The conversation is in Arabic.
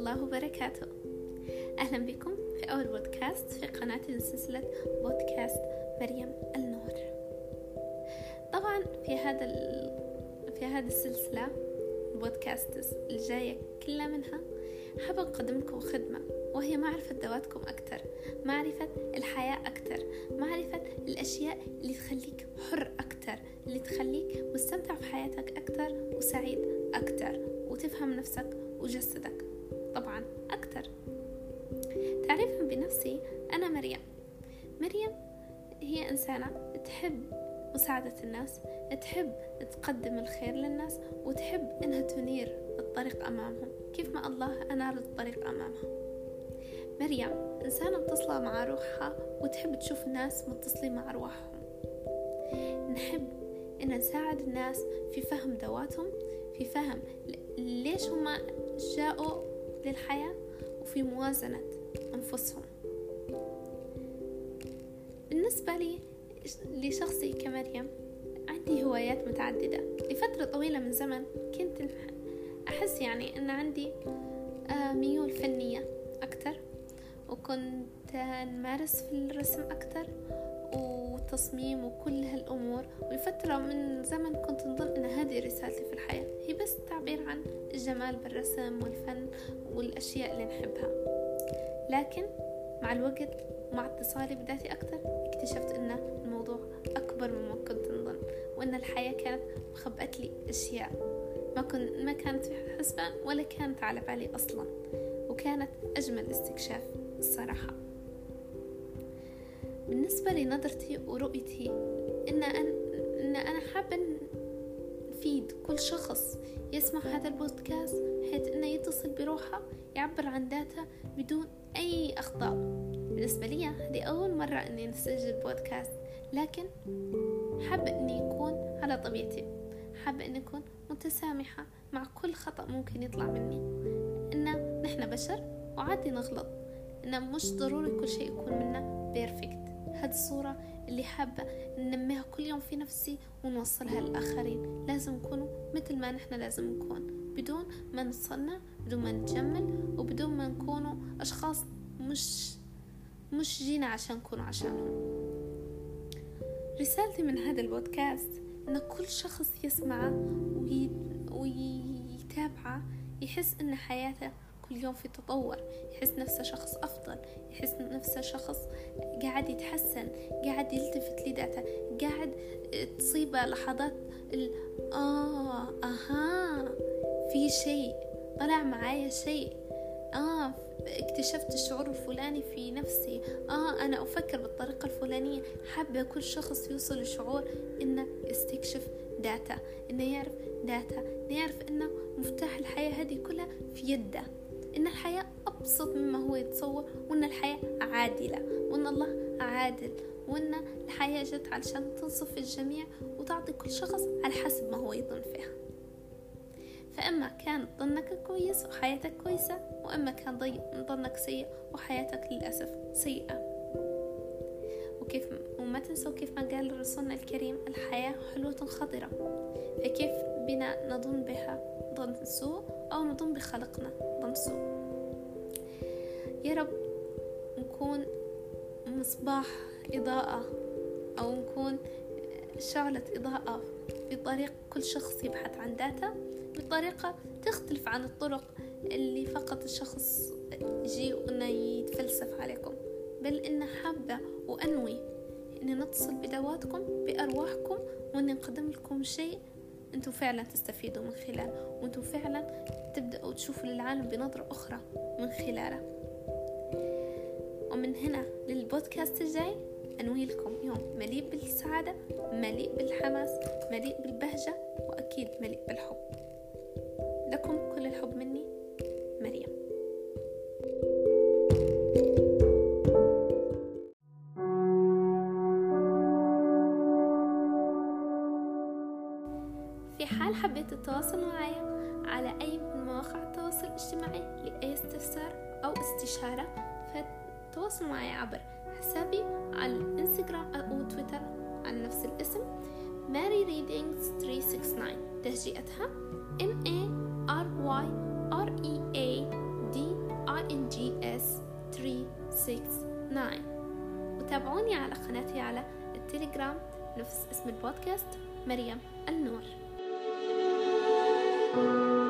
الله وبركاته. أهلا بكم في أول بودكاست في قناة سلسلة بودكاست مريم النور. طبعا في هذه السلسلة البودكاست الجاية كلها منها حابة أقدم لكم خدمة، وهي معرفة ذواتكم أكتر، معرفة الحياة أكتر، معرفة الأشياء اللي تخليك حر أكتر، اللي تخليك مستمتع في حياتك أكتر وسعيد أكتر، وتفهم نفسك وجسدك طبعا أكتر. تعريفا بنفسي، أنا مريم هي إنسانة تحب مساعدة الناس، تحب تقدم الخير للناس، وتحب إنها تنير الطريق أمامهم كيف ما الله أنار الطريق أمامها. مريم إنسانة متصلة مع روحها وتحب تشوف الناس متصلين مع أرواحهم. نحب إن نساعد الناس في فهم ذواتهم، في فهم ليش هما جاءوا للحياة، وفي موازنة أنفسهم. بالنسبة لي لشخصي كمريم، عندي هوايات متعددة. لفترة طويلة من زمن كنت أحس إن عندي ميول فنية أكتر، وكنت نمارس في الرسم أكتر وتصميم وكل هالأمور. ولفترة من زمن كنت نظن أن هذه رسالتي في الحياة، هي بس تعبير عن الجمال بالرسم والفن والأشياء اللي نحبها. لكن مع الوقت ومع اتصالي بذاتي أكتر، اكتشفت أن الموضوع أكبر مما كنت نظن، وأن الحياة كانت مخبأت لي أشياء ما كانت في حسبان ولا كانت على بالي أصلا، وكانت أجمل استكشاف الصراحة. بالنسبة لنظرتي ورؤيتي إن أنا حابة نفيد كل شخص يسمع هذا البودكاست، حيث إنه يتصل بروحه، يعبر عن ذاته بدون أي أخطاء. بالنسبة لي هذه أول مرة إني نسجل بودكاست، لكن حابة إني يكون على طبيعتي، حابة إني أكون متسامحة مع كل خطأ ممكن يطلع مني، إن نحن بشر وعادي نغلط، إن مش ضروري كل شيء يكون منا بيرفكت. هذه الصورة اللي حابة ننميها كل يوم في نفسي ونوصلها للآخرين. لازم نكونوا مثل ما نحن لازم نكون، بدون ما نصنع، بدون ما نتجمل، وبدون ما نكونوا أشخاص مش جينا عشان نكونوا عشانهم. رسالتي من هذا البودكاست إن كل شخص يسمعه ويتابعه يحس إن حياته كل يوم في تطور، يحس نفسه شخص أفضل، يحس نفسه شخص قاعد يتحسن، قاعد يلتفت لذاته، قاعد تصيبه لحظات في شيء طلع معايا، شيء اكتشفت الشعور الفلاني في نفسي، أنا أفكر بالطريقة الفلانية. حابة كل شخص يوصل لشعور إنه يستكشف ذاته، إنه يعرف ذاته، إنه يعرف إنه مفتاح الحياة هذه كلها في يده، إن الحياة أبسط مما هو يتصور، وإن الحياة عادلة، وإن الله عادل، وإن الحياة جت علشان تنصف الجميع وتعطي كل شخص على حسب ما هو يظن فيها. فإما كان ظنك كويس وحياتك كويسة، وإما كان ظنك سيء وحياتك للأسف سيئة. وما تنسوا كيف ما قال رسولنا الكريم: الحياة حلوة خضرة. فكيف بنا نظن بها ظن سوء، أو نظن بخلقنا ظن سوء. يا رب نكون مصباح إضاءة، أو نكون شعلة إضاءة في طريق كل شخص يبحث عن ذاته، بطريقة تختلف عن الطرق اللي فقط الشخص يجي وإنه يتفلسف عليكم، بل إنه حابة وأنوي إن نتصل بذواتكم، بأرواحكم، وإن نقدم لكم شيء أنتم فعلا تستفيدوا من خلاله، وأنتم فعلا تبدأوا تشوفوا للعالم بنظرة أخرى من خلاله. ومن هنا للبودكاست الجاي أنوي لكم يوم مليء بالسعادة، مليء بالحماس، مليء بالبهجة، وأكيد مليء بالحب. لكم كل الحب مني، مريم. في حال حبيت التواصل معي على أي من مواقع التواصل الاجتماعي لأي استفسار أو استشارة، فتواصل معي عبر حسابي على الانستغرام أو تويتر على نفس الاسم Mary Readings 369، تهجئتها MARYREADings 6369. وتابعوني على قناتي على التليجرام نفس اسم البودكاست، مريم النور.